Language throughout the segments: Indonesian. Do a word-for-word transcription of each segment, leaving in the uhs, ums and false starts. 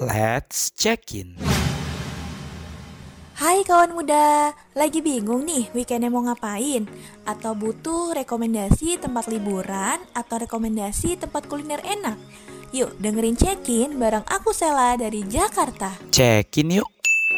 Let's check in. Hai kawan muda, lagi bingung nih weekendnya mau ngapain? Atau butuh rekomendasi tempat liburan atau rekomendasi tempat kuliner enak? Yuk dengerin check-in bareng aku Sela dari Jakarta. Check in yuk.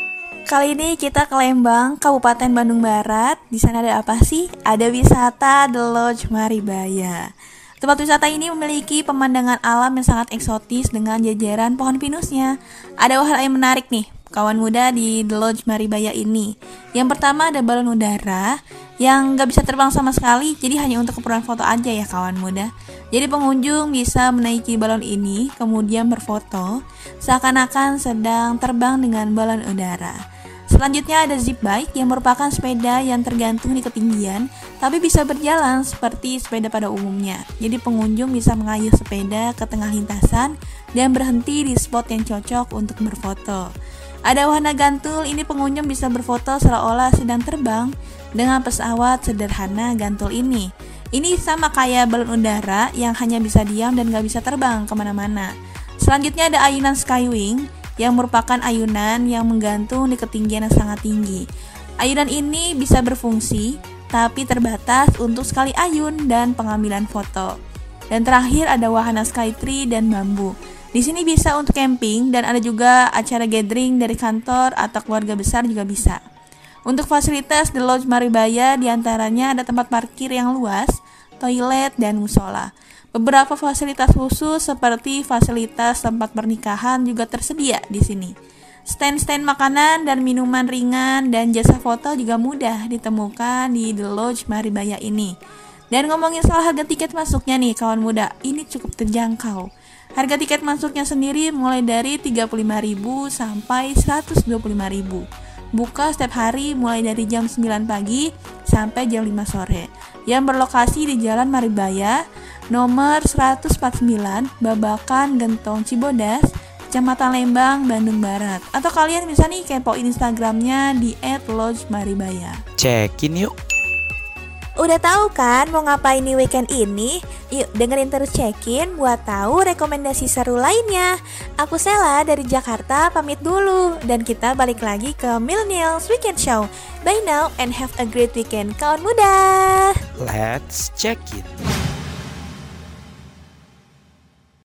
Kali ini kita ke Lembang, Kabupaten Bandung Barat. Di sana ada apa sih? Ada wisata The Lodge Maribaya. Tempat wisata ini memiliki pemandangan alam yang sangat eksotis dengan jajaran pohon pinusnya. Ada wahana yang menarik nih, kawan muda di The Lodge Maribaya ini. Yang pertama ada balon udara yang gak bisa terbang sama sekali, jadi hanya untuk keperluan foto aja ya kawan muda. Jadi pengunjung bisa menaiki balon ini, kemudian berfoto, seakan-akan sedang terbang dengan balon udara. Selanjutnya ada zip bike yang merupakan sepeda yang tergantung di ketinggian tapi bisa berjalan seperti sepeda pada umumnya. Jadi pengunjung bisa mengayuh sepeda ke tengah lintasan dan berhenti di spot yang cocok untuk berfoto. Ada wahana gantul, ini pengunjung bisa berfoto seolah-olah sedang terbang dengan pesawat sederhana gantul ini. Ini sama kayak balon udara yang hanya bisa diam dan gak bisa terbang kemana-mana. Selanjutnya ada ayunan skywing yang merupakan ayunan yang menggantung di ketinggian yang sangat tinggi. Ayunan ini bisa berfungsi, tapi terbatas untuk sekali ayun dan pengambilan foto. Dan terakhir ada wahana skytree dan bambu. Di sini bisa untuk camping dan ada juga acara gathering dari kantor atau keluarga besar juga bisa. Untuk fasilitas The Lodge Maribaya diantaranya ada tempat parkir yang luas, toilet, dan musola. Beberapa fasilitas khusus seperti fasilitas tempat pernikahan juga tersedia di sini. Stand-stand makanan dan minuman ringan dan jasa foto juga mudah ditemukan di The Lodge Maribaya ini. Dan ngomongin soal harga tiket masuknya nih kawan muda, ini cukup terjangkau. Harga tiket masuknya sendiri mulai dari tiga puluh lima ribu sampai seratus dua puluh lima ribu. Buka setiap hari mulai dari jam sembilan pagi sampai jam lima sore. Yang berlokasi di Jalan Maribaya, nomor seratus empat puluh sembilan, Babakan Gentong Cibodas, Kecamatan Lembang, Bandung Barat. Atau kalian bisa nih kepoin Instagramnya di et lodge maribaya. Check in yuk. Udah tahu kan mau ngapain nih weekend ini? Yuk dengerin terus check-in buat tahu rekomendasi seru lainnya. Aku Sela dari Jakarta pamit dulu. Dan kita balik lagi ke Millennials Weekend Show. Bye now and have a great weekend kawan muda. Let's check in.